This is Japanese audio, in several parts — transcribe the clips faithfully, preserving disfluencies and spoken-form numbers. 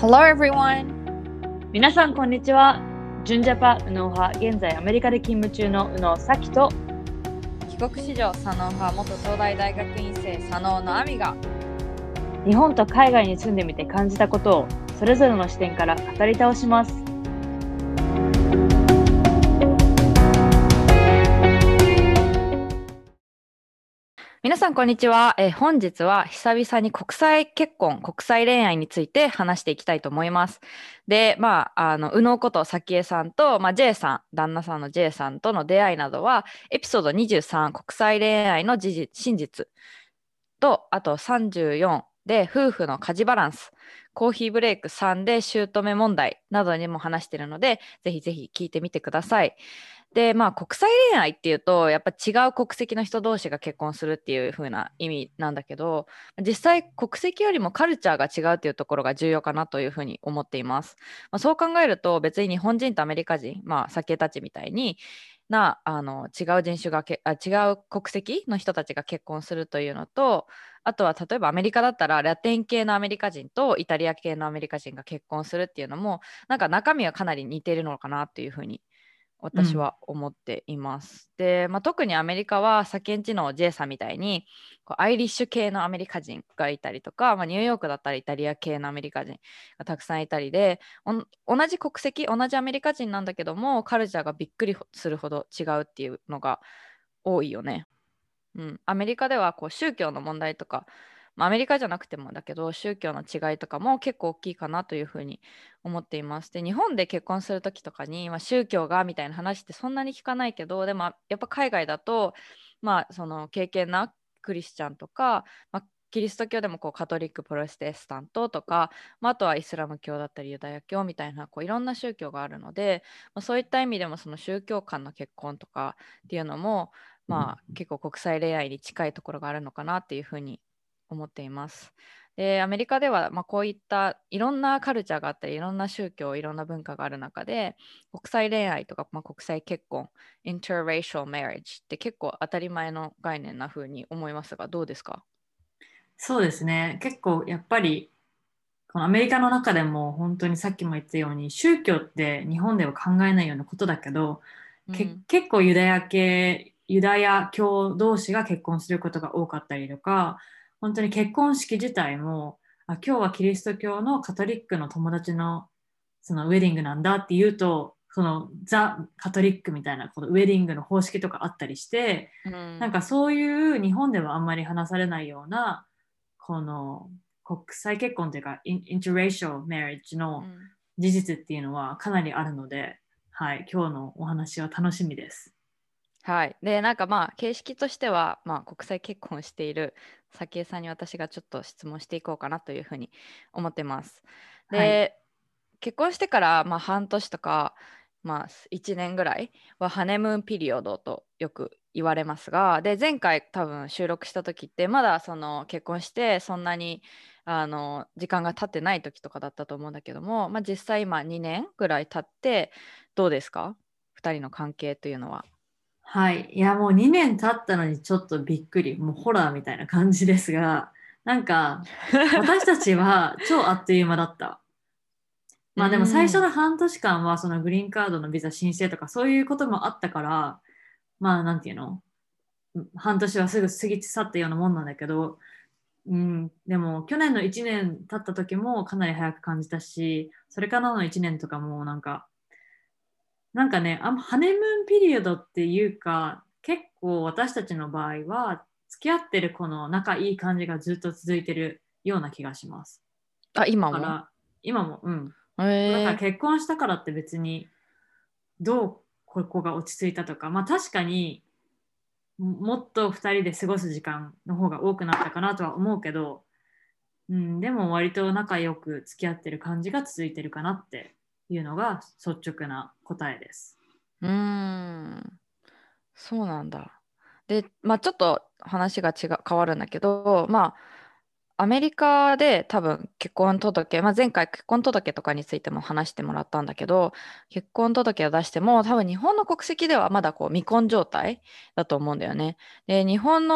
Hello everyone! 皆さんこんにちは。純ジャパ右脳派、現在アメリカで勤務中の右脳咲と帰国子女左脳派元東大大学院生左脳の亜美が日本と海外に住んでみて感じたことをそれぞれの視点から語り倒します。 皆さんこんにちは。え本日は久々に国際結婚、国際恋愛について話していきたいと思います。で、まあ、あの右脳こと早紀江さんと、まあ、J さん、旦那さんの J さんとの出会いなどは、エピソードにじゅうさん、国際恋愛の事実真実と、あとさんじゅうよんで夫婦の家事バランス、コーヒーブレイクさんで姑問題などにも話しているので、ぜひぜひ聞いてみてください。で、まあ国際恋愛っていうとやっぱ違う国籍の人同士が結婚するっていう風な意味なんだけど、実際国籍よりもカルチャーが違うっていうところが重要かなというふうに思っています。まあ、そう考えると別に日本人とアメリカ人、まあ早紀江たちみたいになあの違う人種がけあ違う国籍の人たちが結婚するというのと、あとは例えばアメリカだったらラテン系のアメリカ人とイタリア系のアメリカ人が結婚するっていうのもなんか中身はかなり似ているのかなっていうふうに私は思っています。うん、で、まあ、特にアメリカは先んちの J さんみたいにこうアイリッシュ系のアメリカ人がいたりとか、まあ、ニューヨークだったらイタリア系のアメリカ人がたくさんいたりで、同じ国籍同じアメリカ人なんだけどもカルチャーがびっくりするほど違うっていうのが多いよね。うん、アメリカではこう宗教の問題とか、まあ、アメリカじゃなくてもだけど宗教の違いとかも結構大きいかなというふうに思っています。で、日本で結婚する時とかに、まあ、宗教がみたいな話ってそんなに聞かないけど、でもやっぱ海外だと、まあ、その敬虔なクリスチャンとか、まあ、キリスト教でもこうカトリック、プロテスタントとか、まあ、あとはイスラム教だったりユダヤ教みたいなこういろんな宗教があるので、まあ、そういった意味でもその宗教間の結婚とかっていうのもまあ、結構国際恋愛に近いところがあるのかなっていうふうに思っています。で、アメリカではまあこういったいろんなカルチャーがあったりいろんな宗教いろんな文化がある中で国際恋愛とか、まあ、国際結婚 interracial marriage って結構当たり前の概念なふうに思いますがどうですか？ そうですね。結構やっぱりこのアメリカの中でも本当にさっきも言ったように宗教って日本では考えないようなことだけど、 うん、 け結構ユダヤ系ユダヤ教同士が結婚することが多かったりとか、本当に結婚式自体もあ今日はキリスト教のカトリックの友達のそのウェディングなんだって言うとそのザ・カトリックみたいなこのウェディングの方式とかあったりして、 うん、 なんかそういう日本ではあんまり話されないようなこの国際結婚というかイン、インターレーション・マリッジの事実っていうのはかなりあるので、はい、今日のお話は楽しみです。 はい。で、なんかまあ、形式としては、まあ、国際結婚している早紀江さんに私がちょっと質問していこうかなというふうに思ってます。で、 はい、 結婚してからまあ半年とか、まあ、いちねんぐらいはハネムーンピリオドとよく言われますが、で前回多分収録した時ってまだその結婚してそんなにあの時間が経ってない時とかだったと思うんだけども、まあ、実際今にねんぐらい経ってどうですかふたりの関係というのは。 はい。いや、もうにねん経ったのにちょっとびっくり。もうホラーみたいな感じですが、なんか、私たちは超あっという間だった。 うまあでも最初んの半年間はそのグリーンカードのビザ申請とかそういうこともあったから、まあなんていうの半年はすぐ過ぎ去ったようなもんなんだけど、うん、でも去年のいちねん経った時もかなり早く感じたし、それからのいちねんとかもなんか、なんかね、あんまハネムーンピリオドっていうか、結構私たちの場合は、付き合ってるこの仲いい感じがずっと続いてるような気がします。 あ、今もだから、今も、うん。だからへえ結婚したからって別に、どうここが落ち着いたとか、まあ確かにもっとふたりで過ごす時間の方が多くなったかなとは思うけど、うん、でも割と仲良く付き合ってる感じが続いてるかなっていうのが率直な答えです。 うーん、そうなんだ。で、まあちょっと話が違う、変わるんだけど、まあアメリカで多分結婚届、まあ、前回結婚届とかについても話してもらったんだけど、結婚届を出しても多分日本の国籍ではまだこう未婚状態だと思うんだよね。で、日本の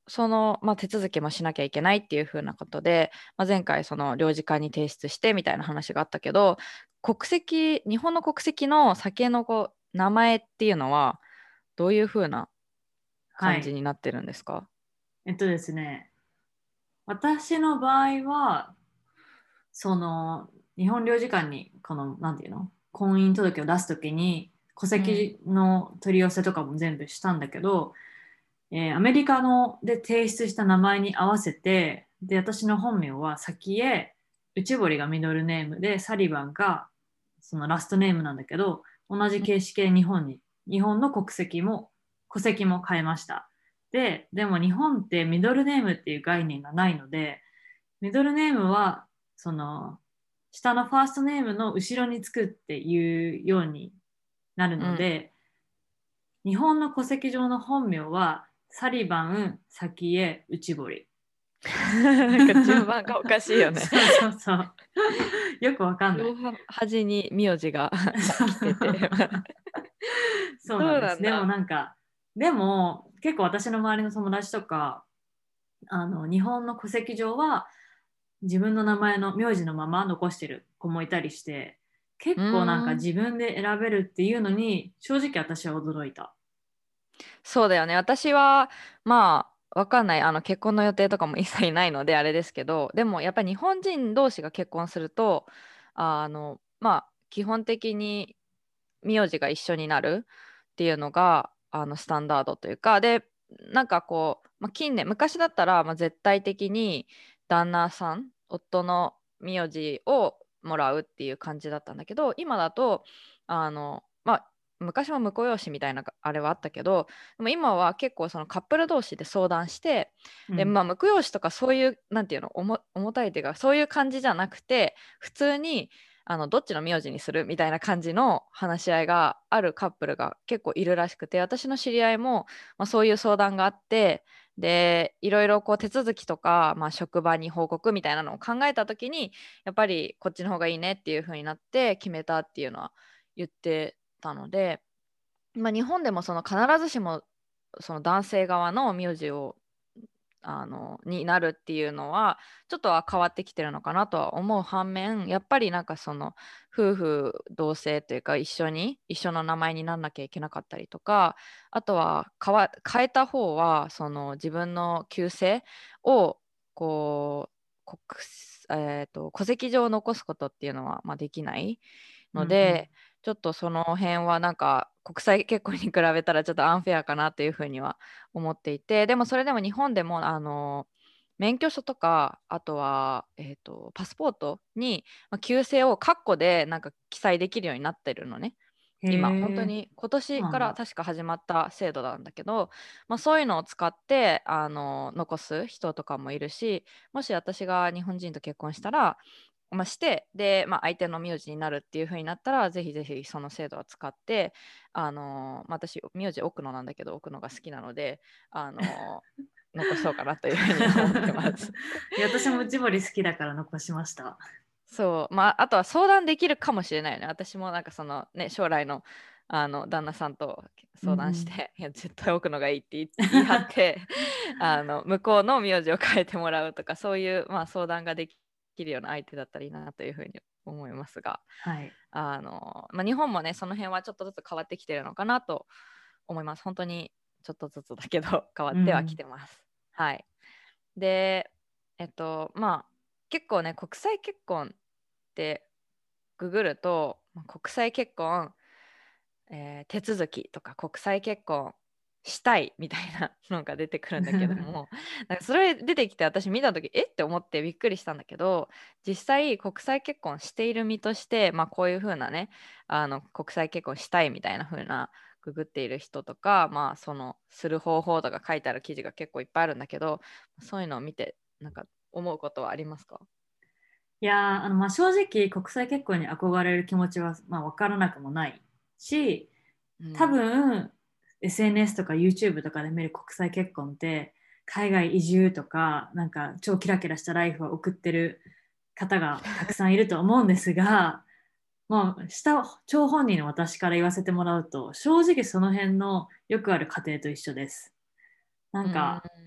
その、まあ、手続きもしなきゃいけないっていう風なことで、まあ、前回その領事館に提出してみたいな話があったけど、国籍、日本の国籍の酒のこう名前っていうのはどういう風な感じはい。 になってるんですか？ えっとですね、私の場合は、その、日本領事館に、この、なんていうの、婚姻届を出すときに、戸うん。 籍の取り寄せとかも全部したんだけど、えーアメリカので提出した名前に合わせて、で、私の本名は先へ、内堀がミドルネームで、サリバンがそのラストネームなんだけど、同じ形式で日本に、日本の国籍も、戸籍も変えました。で、でも日本ってミドルネームっていう概念がないので、ミドルネームは、その、下のファーストネームの後ろにつくっていうようになるうん。 ので、日本の戸籍上の本名は、サリバン、サキエ、内堀。 なんか順番がおかしいよね。 そうそうそう。よくわかんない。 両端に名字が来てて。そうそうなんです。でもなんだ。 なんか、でも結構私の周りの友達とか、あの日本の戸籍上は自分の名前の名字のまま残してる子もいたりして、 う結構なんかーん。 自分で選べるっていうのに正直私は驚いた。 そうだよね。私は、まあ、わかんない。あの、結婚の予定とかも一切ないので、あれですけど、でも、やっぱり日本人同士が結婚すると、あの、まあ、基本的に名字が一緒になるっていうのが、あの、スタンダードというか、で、なんかこう、まあ、近年、昔だったら、まあ、絶対的に旦那さん、夫の名字をもらうっていう感じだったんだけど、今だと、あの、まあ、昔は婿養子みたいなあれはあったけど、でも今は結構そのカップル同士で相談して、で、 うん。 まあ、婿養子とかそういう、なんていうの、重、重たいっていうか、そういう感じじゃなくて、普通に、あの、どっちの名字にするみたいな感じの話し合いがあるカップルが結構いるらしくて、私の知り合いも、まあ、そういう相談があって、で、いろいろこう手続きとか、まあ、職場に報告みたいなのを考えた時に、やっぱりこっちの方がいいねっていう風になって決めたっていうのは言ってたので、まあ、日本でもその必ずしもその男性側の名字をあのになるっていうのはちょっとは変わってきてるのかなとは思う反面、やっぱりなんかその夫婦同姓というか一緒に一緒の名前になんなきゃいけなかったりとか、あとは変わ変えた方はその自分の旧姓をこう国、えーと、戸籍上残すことっていうのは、まあ、できないうんうん。 ので、ちょっとその辺はなんか国際結婚に比べたらちょっとアンフェアかなっていうふうには思っていて、でもそれでも日本でもあの免許証とか、あとは、えーと、パスポートに、まあ、旧姓をカッコでなんか記載できるようになってるのね。 へ今、本当え、 に今そう年からなんだ。 確か始まった制度なんだけど、まあ、そういうのを使ってあの残す人とかもいるし、もし私が日本人と結婚したら、まあ、して、で、まあ、相手の名字になるっていう風になったら、ぜひぜひその制度を使って、あのまあ、私、名字奥野なんだけど、奥野が好きなので、あの残そうかなというふうに思ってます。 いや、私も内堀好きだから残しました。 そう、まあ、あとは相談できるかもしれないよね。私もなんかそのね、将来の、あの旦那さんとうんう相談しん。 て、いや、絶対奥のがいいって言言い張って、あの向こうの名字を変えてもらうとか、そういう、まあ、相談ができるような相手だったらいいなというふうに思いますが、 はい。 あの、まあ、日本もね、その辺はちょっとずつ変わってきてるのかなと思います。本当にちょっとずつだけど変わってはきうん。 てます。はい。で、えっと、まあ、結構ね、国際結婚ってググると、まあ国際結婚、えー手続きとか国際結婚したいみたいなのが出てくるんだけども、なんかそれ出てきて私見た時、えって思ってびっくりしたんだけど、実際国際結婚している身として、まあ、こういう風なね、あの国際結婚したいみたいな風なググっている人とか、まあ、そのする方法とか書いてある記事が結構いっぱいあるんだけど、そういうのを見てなんか思うことはありますか？ いやー、あの、まあ、正直国際結婚に憧れる気持ちは、まあ、分からなくもないし、多うん。 分 エスエヌエス とか YouTube とかで見る国際結婚って海外移住とかなんか超キラキラしたライフを送ってる方がたくさんいると思うんですが、まあ、下張本人の私から言わせてもらうと正直その辺のよくある家庭と一緒です。なうんかん。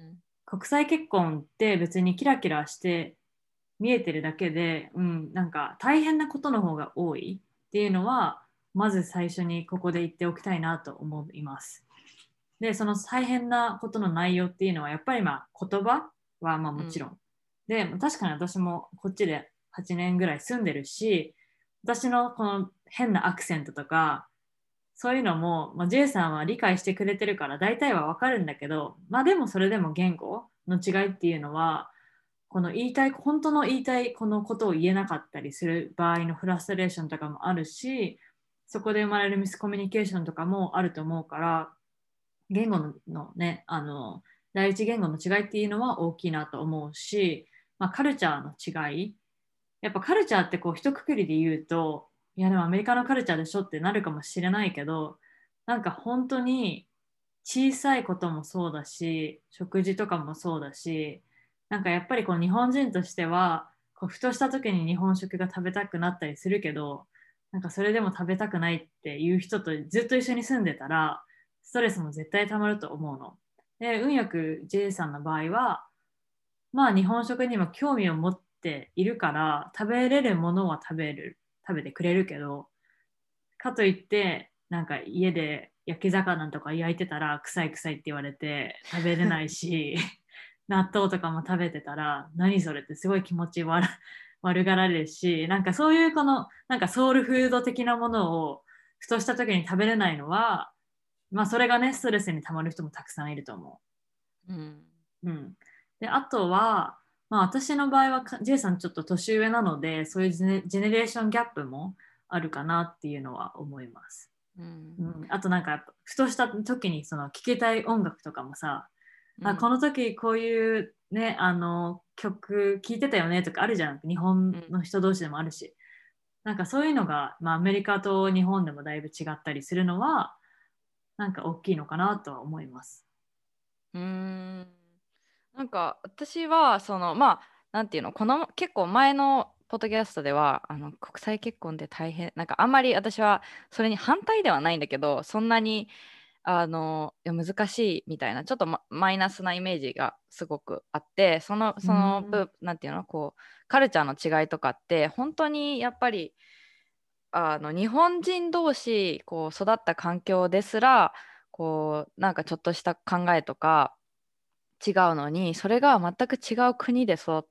国際結婚って別にキラキラして見えてるだけで、うん、なんか大変なことの方が多いっていうのは、まず最初にここで言っておきたいなと思います。で、その大変なことの内容っていうのは、やっぱりまあ言葉はまあもちろん。で、確かに私もこっちではちねんぐらい住んでるし、私のこの変なアクセントとか、そういうのも、まあ、J さんは理解してくれてるから大体はわかるんだけど、まあでもそれでも言語の違いっていうのは、この言いたい、本当の言いたいこのことを言えなかったりする場合のフラストレーションとかもあるし、そこで生まれるミスコミュニケーションとかもあると思うから、言語ののね、あの、第一言語の違いっていうのは大きいなと思うし、まあ、カルチャーの違い、やっぱカルチャーってこう一括りで言うと、いやでもアメリカのカルチャーでしょってなるかもしれないけど、なんか本当に小さいこともそうだし、食事とかもそうだし、なんかやっぱりこう日本人としては、こうふとした時に日本食が食べたくなったりするけど、なんかそれでも食べたくないっていう人とずっと一緒に住んでたら、ストレスも絶対たまると思うの。で、運よく J さんの場合は、まあ日本食にも興味を持っているから食べれるものは食べる食べてくれるけど、かといってなんか家で焼き魚とか焼いてたら臭い臭いって言われて食べれないし納豆とかも食べてたら何それってすごい気持ち悪悪がられるし、なんかそういうこのなんかソウルフード的なものをふとした時に食べれないのは、まあそれがねストレスにたまる人もたくさんいると思うん。 う。うん。で、あとは、まあ、私の場合はか J さんちょっと年上なので、そういうジェネ、ジェネレーションギャップもあるかなっていうのは思います。 うん。 うん、あとなんかやっぱふとした時にその聴きたい音楽とかもさ、あ、こうん。 の時こういうね、あの曲聴いてたよねとかあるじゃん。日本うん。 の人同士でもあるし。なんかそういうのが、まあ、アメリカと日本でもだいぶ違ったりするのは、なんか大きいのかなとは思います。 うーん。なんか私はそのまあなんていうのこの結構前のポッドキャストではあの国際結婚って大変なんかあんまり私はそれに反対ではないんだけどそんなにあのいや難しいみたいなちょっとマ、マイナスなイメージがすごくあってそのうそのん。 部なんていうのこうカルチャーの違いとかって本当にやっぱりあの日本人同士こう育った環境ですらこうなんかちょっとした考えとか違うのにそれが全く違う国で育って、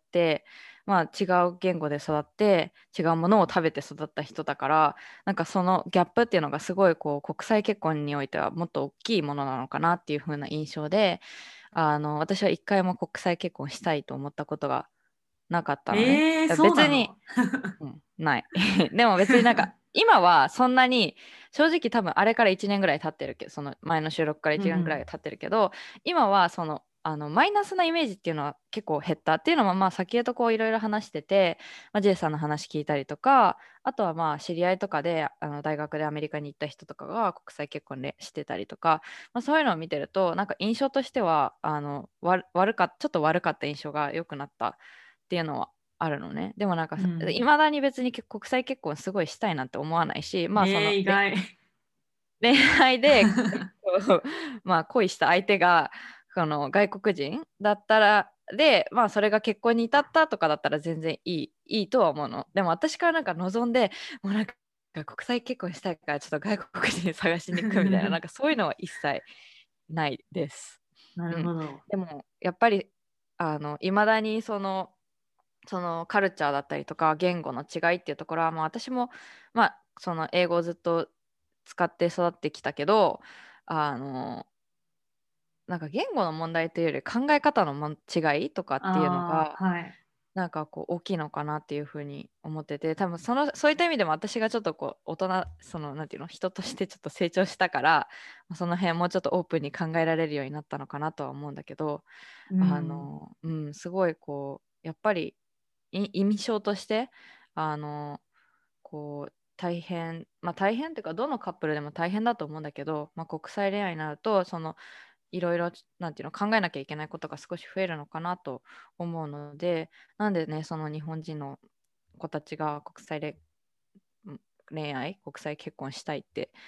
まあ、違う言語で育って違うものを食べて育った人だからなんかそのギャップっていうのがすごいこう国際結婚においてはもっと大きいものなのかなっていう風な印象であの私は一回も国際結婚したいと思ったことがなかったのね。 えー、そう別に、 なの？ うん、ない。でも別になんか今はそんなに正直多分あれからいちねんぐらい経ってるけどその前の収録から1 うんうん。 年ぐらい経ってるけど今はそのあのマイナスなイメージっていうのは結構減ったっていうのもまあ先へとこういろいろ話してて、まあ、J さんの話聞いたりとかあとはまあ知り合いとかであの大学でアメリカに行った人とかが国際結婚でしてたりとか、まあ、そういうのを見てるとなんか印象としてはあの悪悪かちょっと悪かった印象が良くなったっていうのはあるのね。でもなんかいうん。 まだに別に国際結婚すごいしたいなんて思わないし、まあそえー、 の恋意外。 恋愛でまあ恋した相手がその外国人だったらでまあそれが結婚に至ったとかだったら全然いいいいとは思うの。でも私からなんか望んでもうなんか国際結婚したいからちょっと外国人探しに行くみたいななんかそういうのは一切ないです。 なるうん、 ほど。 でもやっぱりあのいまだにそのそのカルチャーだったりとか言語の違いっていうところは、まあ、私も、まあ、その英語をずっと使って育ってきたけどあのなんか言語の問題というより考え方のもん違いとかっていうのあがあ、はい。 なんかこう大きいのかなっていうふうに思ってて多分そのそういった意味でも私がちょっとこう大人そのなんていうの人としてちょっと成長したからその辺もうちょっとオープンに考えられるようになったのかなとは思うんだけどうあん。 の、うん、すごいこうやっぱりい印象としてあのこう大変まあ大変っていうかどのカップルでも大変だと思うんだけど、まあ、国際恋愛になるとそのいろいろなんていうの考えなきゃいけないことが少し増えるのかなと思うのでなんでねその日本人の子たちが国際恋恋愛国際結婚したいって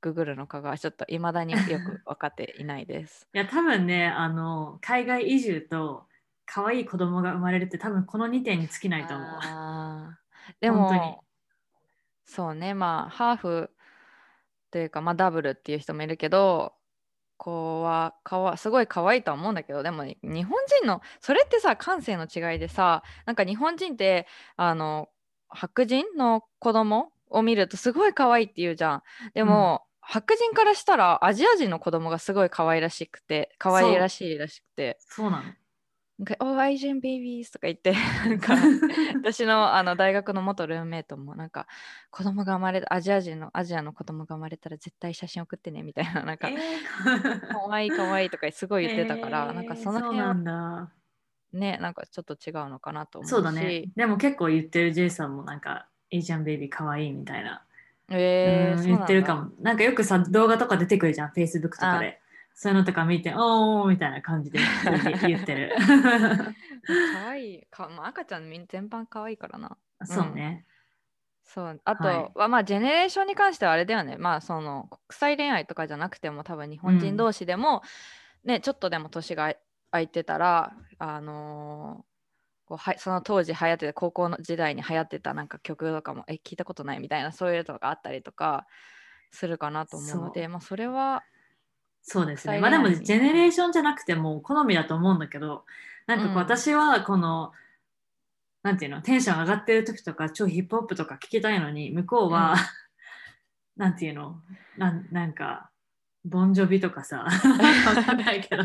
ググるのかがちょっと未だによく分かっていないです。 いや、多分ね、あの、海外移住と可愛い子供が生まれるって多分このにてんに尽きないと思う。 あーで本当に。 もそうね、まあハーフというか、まあ、ダブルっていう人もいるけど、子はかわすごい可愛いとは思うんだけど、でも日本人のそれってさ、感性の違いでさ、なんか日本人ってあの白人の子供を見るとすごい可愛いって言うじゃん。でうん。 も白人からしたらアジア人の子供がすごい可愛らしくて可愛らそう、 しいらしくて、 そうなの。 なんか、Oh, Asian babies とか言って、なんか、私の、あの大学の元ルームメイトも、なんか、子供が生まれた、アジア人の、アジアの子供が生まれたら絶対写真送ってね、みたいな、なんか、 えかー、 わいいかわいいとかすごい言ってたから、なんかえー、 その辺はそうなんだ。 ね、なんかちょっと違うのかなとそうだね。 思うし、 でも結構言ってる J さんもなんか、エイジャンベイビーかわいいみたいな。うえー、 ん、言っそうなんだ。 てるかも。なんかよくさ、動画とか出てくるじゃん、Facebook とかあ、 で。そういうのとか見て、おーみたいな感じで普通に言ってる。 かわいい、か、まあ、赤ちゃんみん全般かわいいからな。うん。 そうね。 そう、あはい。 とは、まあ、ジェネレーションに関してはあれだよね。まあ、その、国際恋愛とかじゃなくても、多分日うん。 本人同士でも、ね、ちょっとでも年が空いてたら、あのーこうはその当時流行ってた、高校の時代に流行ってたなんか曲とかも、え、聞いたことないみたいな、そういうのがあったりとかするかなと思うので、 そう。 まあ、それは国そうですね。まあでも、 際恋愛に、 ジェネレーションじゃなくても、好みだと思うんだけど、なんかこう、 うん、 私は、この、なんていうの、テンション上がってる時とか、超ヒップホップとか聞きたいのに、向こうは、 うん。 なんていうの、なん、なんか、ボンジョビとかさ、わかんないけど、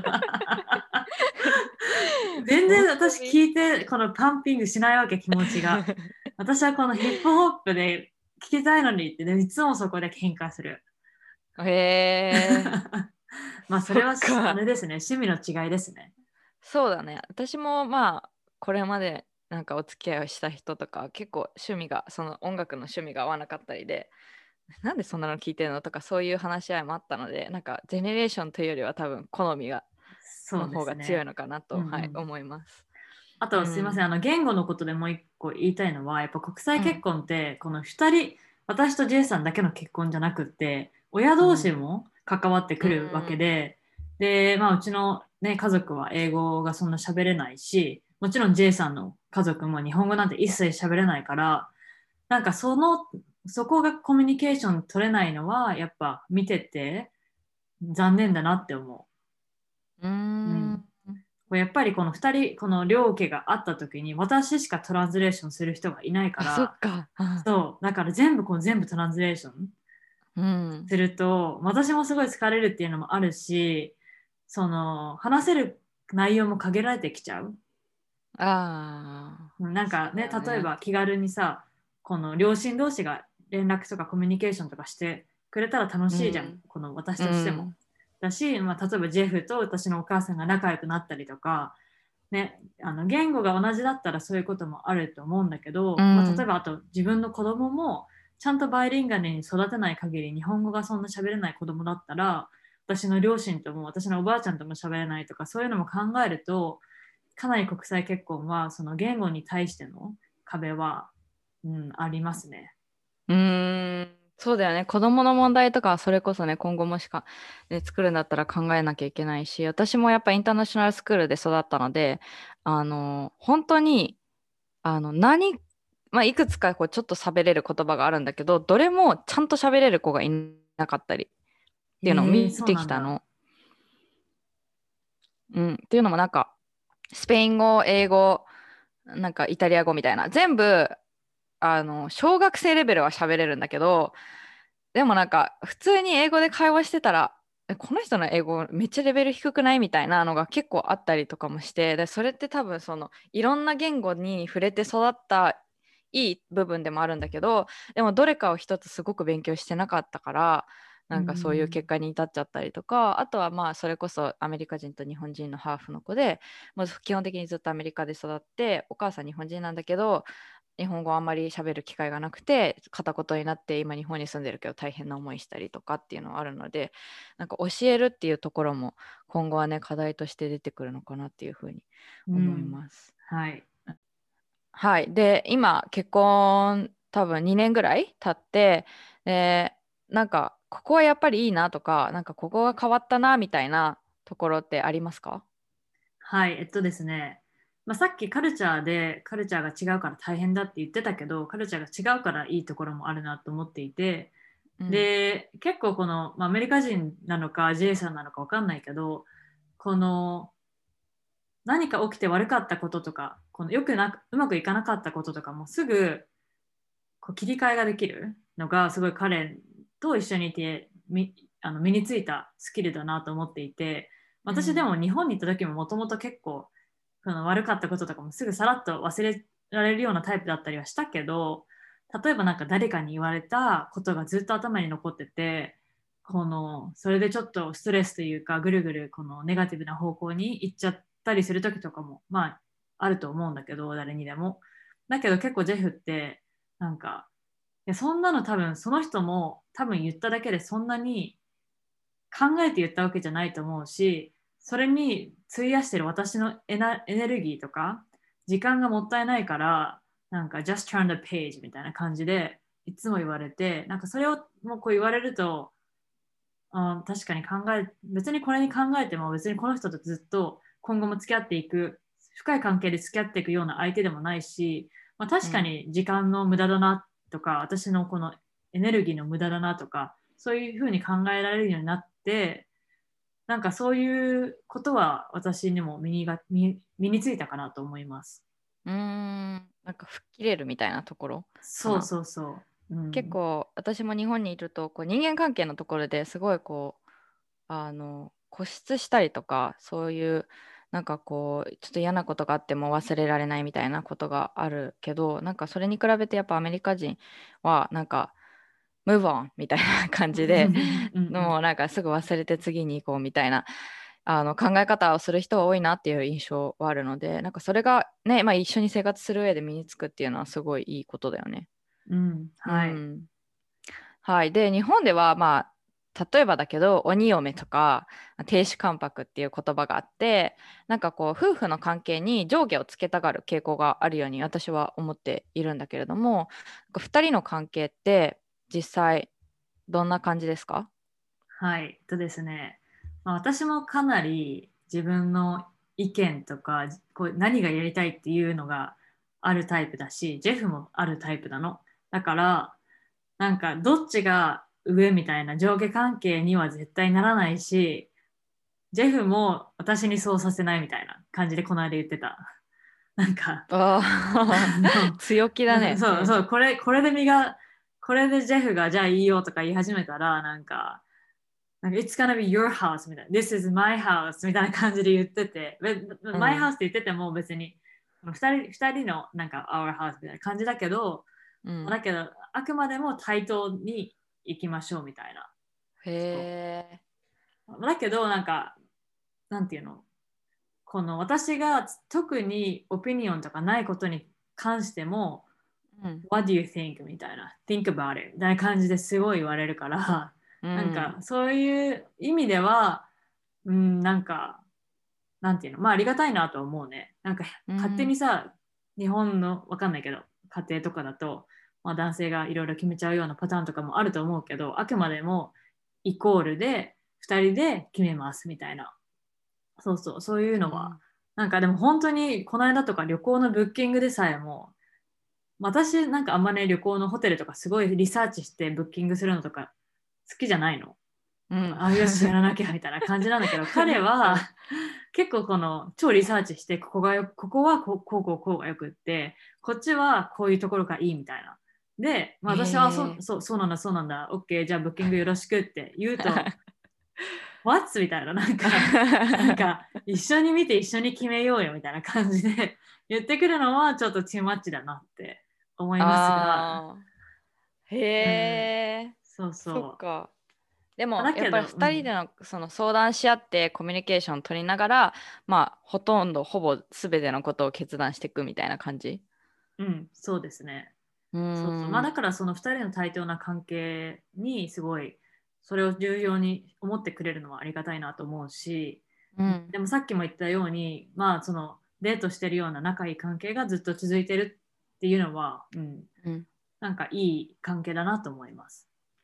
全ボン然ジョビ私聞いて、このパンピングしないわけ、気持ちが。私はこのヒップホップで聞きたいのにって、ね、いつもそこで喧嘩する。 へえ、 まあ、そそっれはしあか。 れですね、趣味の違いですね。 そうだね。私もまあ、これまでなんかお付き合いをした人とか、結構趣味が、その音楽の趣味が合わなかったりで、なんでそんなの聞いてるのとか、そういう話し合いもあったので、なんかジェネレーションというよりは多分好みが、のそうで方が強いすね。 のかなと、はい、 うんうん。 思います。 あうとすいません、 ん。 あの言語のことでもう一個言いたいのは、やっぱ国際結うん。 婚って、この二人、私と J さんだけの結婚じゃなくって、親同士うん。 も関わってうくるわけん。 で、で、まあ、うちの、ね、家族は英語がそんな喋れないし、もちろん J さんの家族も日本語なんて一切喋れないから、なんかその、そこがコミュニケーション取れないのは、やっぱ見てて残念だなって思うう。うん。 ん。こうやっぱりこの二人、この両家があった時に私しかトランスレーションする人がいないかあ、そら、 っか。あ、 そう、だから全部こう全部トランスレーションうん。 すると、私もすごい疲れるっていうのもあるし、その話せる内容も限られてきちゃう。 ああ、 なんそうかね、 だよね。 例えば気軽にさ、この両親同士が連絡とかコミュニケーションとかしてくれたら楽しいじゃん、 うん。 この私うとしても。 ん。 だし、まあ、例えばジェフと私のお母さんが仲良くなったりとか、ね、あの言語が同じだったらそういうこともあると思うんだけど、まあ、例えうん。 ばあと自分の子供もちゃんとバイリンガルに育てない限り日本語がそんな喋れない子供だったら、私の両親とも私のおばあちゃんとも喋れないとか、そういうのも考えると、かなり国際結婚はその言語に対しての壁は、うん、ありますね。 うーん、そうだよね。子供の問題とかはそれこそね、今後もしか、ね、作るんだったら考えなきゃいけないし、私もやっぱインターナショナルスクールで育ったので、あの、本当に、あの、何、まあ、いくつかこうちょっと喋れる言葉があるんだけど、どれもちゃんと喋れる子がいなかったりっていうのをへえー、 見そうなんだ。 てきたの。うん、っていうのもなんか、スペイン語、英語、なんかイタリア語みたいな、全部、あの、小学生レベルは喋れるんだけど、でもなんか普通に英語で会話してたら、えこの人の英語めっちゃレベル低くないみたいなのが結構あったりとかもして、でそれって多分そのいろんな言語に触れて育ったいい部分でもあるんだけど、でもどれかを一つすごく勉強してなかったから、 うなんかそういうん。 結果に至っちゃったりとか、あとはまあそれこそアメリカ人と日本人のハーフの子で、もう基本的にずっとアメリカで育って、お母さん日本人なんだけど、日本語あんまり喋る機会がなくて片言になって今日本に住んでるけど大変な思いしたりとかっていうのはあるので、なんか教えるっていうところも今後はね課題として出てくるのかなっていうふうに思いうん。 ます。 はい。 はい。で今結婚多分にねんぐらい経って、でなんかここはやっぱりいいなとか、なんかここが変わったなみたいなところってありますか？ はい、えっとですね、まあ、さっきカルチャーでカルチャーが違うから大変だって言ってたけど、カルチャーが違うからいいところもあるなと思っていて、 うん。 で、結構この、まあ、アメリカ人なのか J さんなのかわかんないけど、この何か起きて悪かったこととか、このよくなくうまくいかなかったこととかもすぐこう切り替えができるのがすごい彼と一緒にいてみあの身についたスキルだなと思っていて、私でも日本に行った時ももともと結構その悪かったこととかもすぐさらっと忘れられるようなタイプだったりはしたけど、例えばなんか誰かに言われたことがずっと頭に残ってて、このそれでちょっとストレスというかぐるぐるこのネガティブな方向に行っちゃったりする時とかもまああると思うんだけど、誰にでも。だけど結構ジェフってなんか、いやそんなの多分その人も多分言っただけでそんなに考えて言ったわけじゃないと思うし、それに費やしてる私のエナエネルギーとか時間がもったいないから、なんか just turn the page みたいな感じでいつも言われて、なんかそれをもうこう言われると、あ、確かに考え、別にこれに考えても別にこの人とずっと今後も付き合っていく、深い関係で付き合っていくような相手でもないし、まあ、確かうん。 に時間の無駄だなとか、私のこのエネルギーの無駄だなとか、そういうふうに考えられるようになって、なんかそういうことは私にも身にが身身についたかなと思います。 うーん。なんか吹っ切れるみたいなところかそうな。 そうそう。うん。 結構私も日本にいるとこう人間関係のところですごいこうあの固執したりとかそういうなんかこうちょっと嫌なことがあっても忘れられないみたいなことがあるけど、なんかそれに比べてやっぱアメリカ人はなんか move on みたいな感じで、 うんうん。 もうなんかすぐ忘れて次に行こうみたいなあの考え方をする人が多いなっていう印象はあるので、なんかそれがね、まあ、一緒に生活する上で身につくっていうのはすごいいいことだよね。 うん、 うはい。 ん。はい。で、日本では、まあ、例えばだけど、鬼嫁とか、亭主関白っていう言葉があって、なんかこう、夫婦の関係に上下をつけたがる傾向があるように私は思っているんだけれども、なんかふたりの関係って実際どんな感じですか？ はい。えっとですね、まあ、私もかなり自分の意見とか、こう何がやりたいっていうのがあるタイプだし、ジェフもあるタイプなの。だから、なんかどっちが上みたいな上下関係には絶対ならないし、ジェフも私にそうさせないみたいな感じでこの間言ってた。なんか、 あああー、強気だの、 ね。うん。 そうそう、これ、これで身が、これでジェフがじゃあいいよとか言い始めたら、なんか、なんか It's gonna be your house みたいな。This is my house みたいな感じで言ってて、べう my ん。 house って言ってても別に、二人、二人のなんか our house みたいな感じだけど、 うん。 だけど、あくまでも対等に行きましょうみたいな。 へそえ。 う。だけど、なんか、なんていうの、この私が特にオピニオンとかないことに関しても、 うん。 What do you think? みたいな。Think about it. みたいな感じですごい言われるから、 うなんかん。 そういう意味では、うん、なんか、なんていうの、まあありがたいなと思うね。なんか勝手うん。 にさ、日本のわかんないけど、家庭とかだと、まあ、男性がいろいろ決めちゃうようなパターンとかもあると思うけど、あくまでもイコールでふたりで決めますみたいな。そうそう、そういうのは。 うん。 なんかでも本当にこの間とか旅行のブッキングでさえも、私なんかあんまね旅行のホテルとかすごいリサーチしてブッキングするのとか好きじゃないの。 うん。 あ、よし、やらなきゃみたいな感じなんだけど、彼はうん。 結構この超リサーチして、ここがよ、ここはこうこうこうこうがよくって、こっちはこういうところがいいみたいな。で、まあ、 へ私はそえ。 そう、そうなんだ、そうなんだ、OK、じゃあブッキングよろしくって言うと、What? みたいな、なんか、なんか、一緒に見て一緒に決めようよみたいな感じで言ってくるのはちょっとチーマッチだなって思いますが、 ああ。へうん、 え。 そうそっそか。でう。 もやっぱりだけど、うふたりでん、 のその相談し合ってコミュニケーションを取りながら、まあほとんどほぼ全てのことを決断していくみたいな感じ。 うん、そうですね。 うーそうそう。まあん。 だからそのふたりの対等な関係にすごいそれを重要に思ってくれるのはありがたいなと思うし、 うん。 でもさっきも言ったように、まあそのデートしてるような仲いい関係がずっと続いてるっていうのは、うん、 うん。 なんかいい関係だなと思います。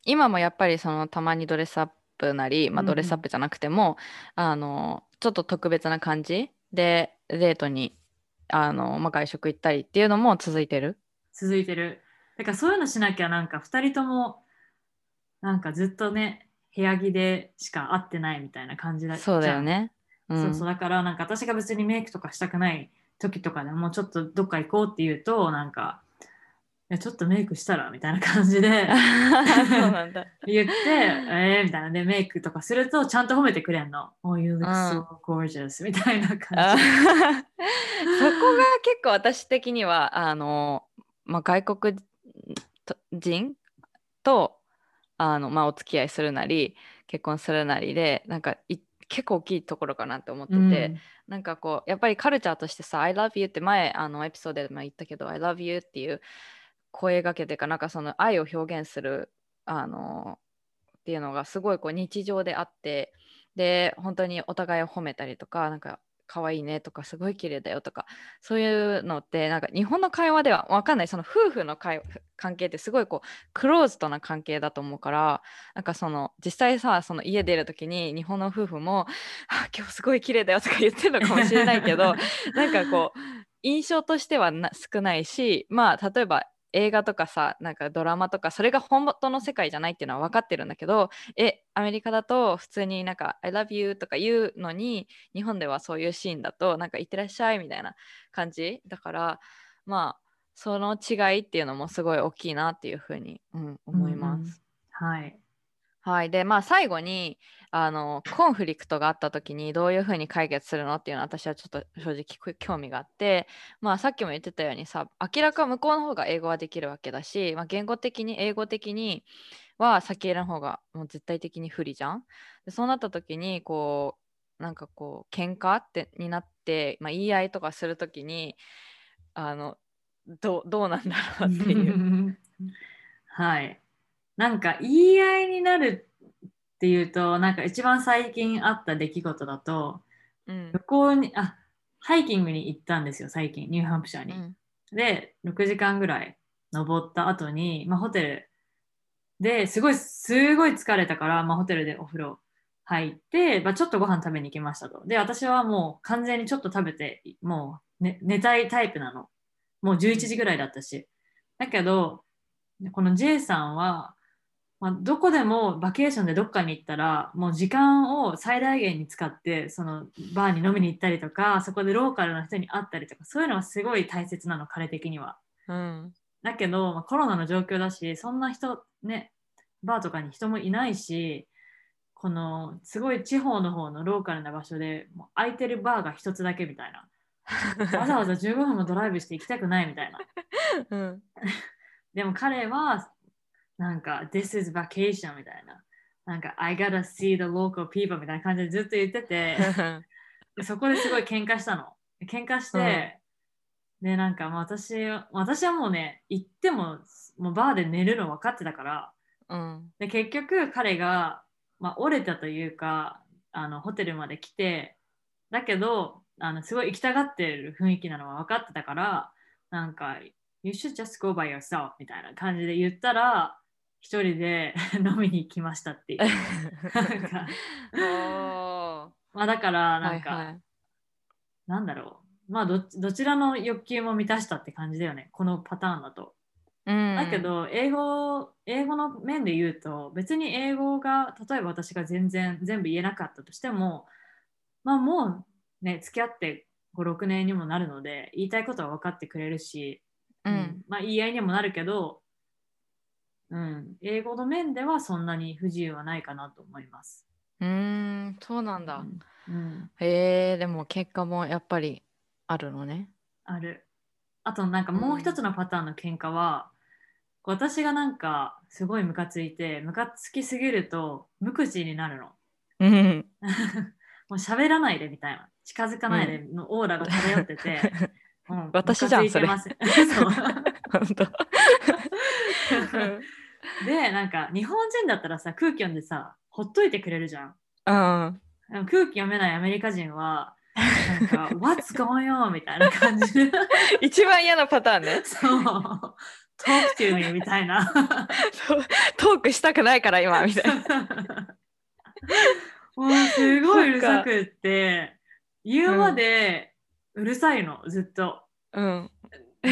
今もやっぱりそのたまにドレスアップなり、まあ、ドレスアッうんうん。 プじゃなくても、あの、ちょっと特別な感じでデートに、あの、まあ、外食行ったりっていうのも続いてる。 続いてる。だからそういうのしなきゃなんか二人ともなんかずっとね、部屋着でしか会ってないみたいな感じだそうじゃん。 だよね。うそうそう、 ん。 だからなんか私が別にメイクとかしたくない時とかでもちょっとどっか行こうって言うと、なんか、いやちょっとメイクしたらみたいな感じでそうなんだ。 言って、えーみたいなでメイクとかするとちゃんと褒めてくれんの。Oh, you う look so ん。 gorgeous みたいな感あじで。 そこが結構私的にはあの、まあ、外国人とあの、まあ、お付き合いするなり結婚するなりでなんかい結構大きいところかなって思ってて、 うん。 なんかこうやっぱりカルチャーとしてさ「I love you」って前あのエピソードでも言ったけど「I love you」っていう声掛けてかなんかその愛を表現するあのっていうのがすごいこう日常であってで本当にお互いを褒めたりとかなんか可愛いねとかすごい綺麗だよとかそういうのってなんか日本の会話では分かんないその夫婦の会関係ってすごいこうクローズドな関係だと思うからなんかその実際さその家出る時に日本の夫婦も「あ今日すごい綺麗だよ」とか言ってるのかもしれないけどなんかこう印象としてはな少ないしまあ例えば映画とかさなんかドラマとかそれが本当の世界じゃないっていうのは分かってるんだけどえアメリカだと普通になんか「I love you」とか言うのに日本ではそういうシーンだとなんか「いってらっしゃい」みたいな感じだからまあその違いっていうのもすごい大きいなっていうふうに、うん、 うん思いうん。 ます。 はい。 はい。で、まあ、最後に、あの、コンフリクトがあった時にどういうふうに解決するのっていうのは私はちょっと正直こ興味があって、まあ、さっきも言ってたようにさ、明らか向こうの方が英語はできるわけだし、まあ、言語的に、英語的には先の方がもう絶対的に不利じゃん。で、そうなった時に、こう、なんかこう、喧嘩ってになって、まあ、言い合いとかする時に、あの、どう、どうなんだろうっていう。 はい。なんか言い合いになるっていうと、なんか一番最近あった出来事だと、向うん。 こうに、あ、ハイキングに行ったんですよ、最近、ニューハンプシャーに。 うん。 で、ろくじかんぐらい登った後に、まあ、ホテルですごい、すごい疲れたから、まあ、ホテルでお風呂入って、まあ、ちょっとご飯食べに行きましたと。で、私はもう完全にちょっと食べて、もう、ね、寝たいタイプなの。もう11 うん。 時ぐらいだったし。だけど、この J さんは、まあ、どこでもバケーションでどっかに行ったらもう時間を最大限に使ってそのバーに飲みに行ったりとかそこでローカルな人に会ったりとかそういうのはすごい大切なの彼的には。 うん。 だけど、まあ、コロナの状況だしそんな人ねバーとかに人もいないしこのすごい地方の方のローカルな場所でもう空いてるバーが一つだけみたいなわざわざじゅうごふんもドライブして行きたくないみたいな。 うん。 でも彼はなんか、This is vacation みたいな。なんか、I gotta see the local people みたいな感じでずっと言ってて、でそこですごい喧嘩したの。喧嘩しうん。 て、で、なんか、まあ私、私はもうね、行っても、もうバーで寝るの分かってたから、 うん。 で、結局彼が、まあ、折れたというか、あの、ホテルまで来て、だけど、あの、すごい行きたがってる雰囲気なのは分かってたから、なんか、You should just go by yourself みたいな感じで言ったら、一人で飲みに行きましたっていう。なんか、 おー、 まあだから、なんか、 はいはい。 なんだろう。まあど、どちらの欲求も満たしたって感じだよね。このパターンだと。 うん。 だけど、英語、英語の面で言うと、別に英語が、例えば私が全然全部言えなかったとしても、まあもうね、付き合ってご、ろくねんにもなるので、言いたいことは分かってくれるし、うん、 うん。 まあ言い合いにもなるけど、うん、英語の面ではそんなに不自由はないかなと思います。 うーん、そうなんだ。 うん、うん、 へえ、でも結果もやっぱりあるのね。 ある。あとなんかもう一うん。 つのパターンの喧嘩は、私がなんかすごいムカついて、ムカつきすぎると無口になるの。 うん。 もう喋らないでみたいな。近づかないでうん。 のオーラが漂ってて、うん、ムカつ私じゃん、それ。 いてます。そう。 本当。うん。 で、なんか日本人だったらさ、空気読んでさ、ほっといてくれるじゃん。 うん。 でも空気読めないアメリカ人は、なんか、What's going on? みたいな感じで一番嫌なパターンね。 そう。 talk to me みたいなそうトークしたくないから今みたいなもうすごいうるさくって言うまでうるさいの、ずっと。 うんで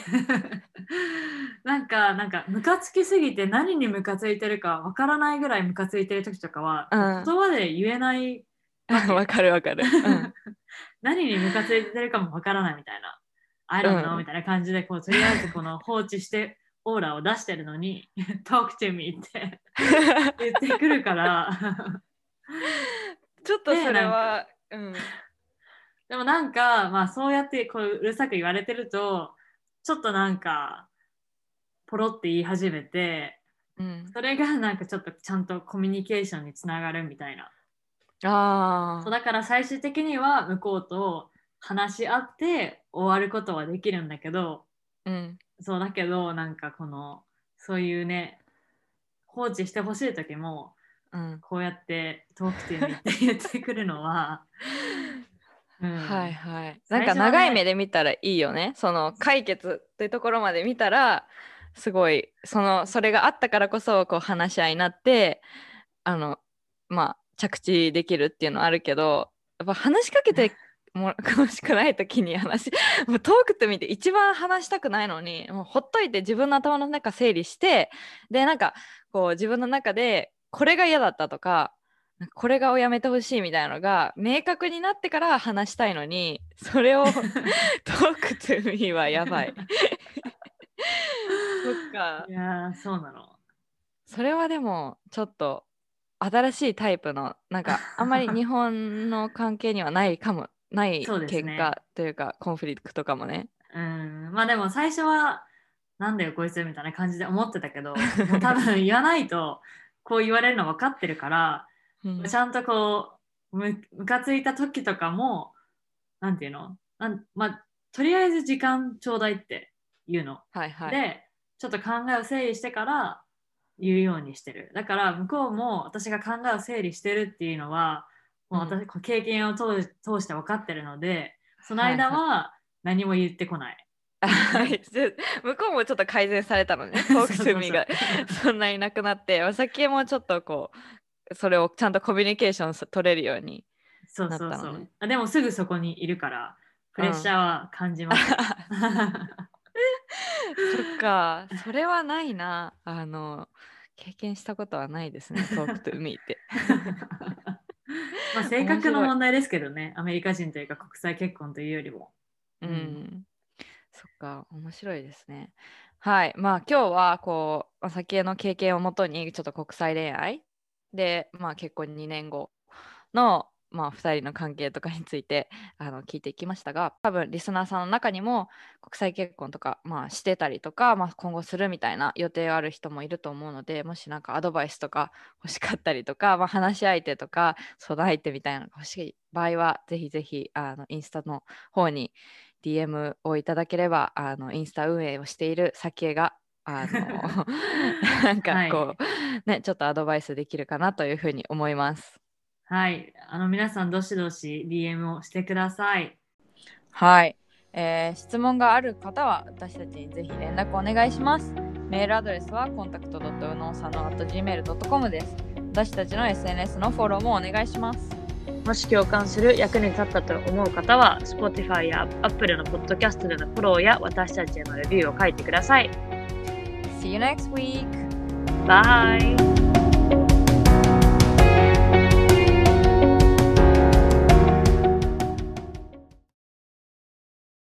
なんかなんかムカつきすぎて何にムカついてるかわからないぐらいムカついてる時とかは、 うん言葉で言えないわかるわかる、うん、 何にムカついてるかもわからないみたいな I don't know、うん、みたいな感じでこうとりあえずこの放置してオーラを出してるのにtalk to me って言ってくるからちょっとそれは、うん、 でもなんか、まあ、そうやってこううるさく言われてるとちょっとなんかポロって言い始めて、うん、それがなんかちょっとちゃんとコミュニケーションにつながるみたいな。あそうだから最終的には向こうと話し合って終わることはできるんだけど、うん、そうだけどなんかこのそういうね放置してほしい時も、うん、こうやって遠くてみって言ってくるのはうん、はいはい。なんか長い目で見たらいいよね。その解決っていうところまで見たらすごいそのそれがあったからこそこう話し合いになってあのまあ着地できるっていうのはあるけど、やっぱ話しかけても欲しくない時に話もう遠くて見て一番話したくないのにもうほっといて自分の頭の中整理してでなんかこう自分の中でこれが嫌だったとかこれがをやめてほしいみたいなのが明確になってから話したいのにそれをトークトゥミーはやばいそっか。 いやそうなの。 それはでもちょっと新しいタイプのなんかあんまり日本の関係にはないかもない結果というかコンフリクトかもね。 うんまあでも最初はなんだよこいつみたいな感じで思ってたけどもう多分言わないとこう言われるの分かってるからちゃんとこう む, むかついた時とかもなんていうのなんまあとりあえず時間ちょうだいって言うの、はいはい、でちょっと考えを整理してから言うようにしてる。だから向こうも私が考えを整理してるっていうのはもう私、うん、経験を通して分かってるのでその間は何も言ってこない、 はいはい、向こうもちょっと改善されたのねトークスミがそんなになくなってさっきもちょっとこうそれをちゃんとコミュニケーション取れるようになったの、ね、そうそうそうあでもすぐそこにいるからプレッシャーは感じます、うん、そっかそれはないなあの経験したことはないですねトークトゥミーってまあ性格の問題ですけどねアメリカ人というか国際結婚というよりもうん、うん、そっか面白いですね。はいまあ今日はこう先への経験をもとにちょっと国際恋愛で、まあ、結婚にねんごの、まあ、ふたりの関係とかについてあの聞いていきましたが多分リスナーさんの中にも国際結婚とか、まあ、してたりとか、まあ、今後するみたいな予定がある人もいると思うのでもしなんかアドバイスとか欲しかったりとか、まあ、話し相手とか相談相手みたいなのが欲しい場合はぜひぜひあのインスタの方に ディーエム をいただければあのインスタ運営をしているサキエがあのなんかこう、はいね、ちょっとアドバイスできるかなというふうに思います。 はい、あの皆さんどしどし ディーエム をしてください。 はい、えー、質問がある方は私たちにぜひ連絡お願いします。メールアドレスはコンタクトドットウノウサノアットジーメールドットコムです。私たちの エスエヌエス のフォローもお願いします。 もし共感する役に立ったと思う方は Spotify や Apple のポッドキャストでのフォローや私たちへのレビューを書いてください。 See you next week. Bye.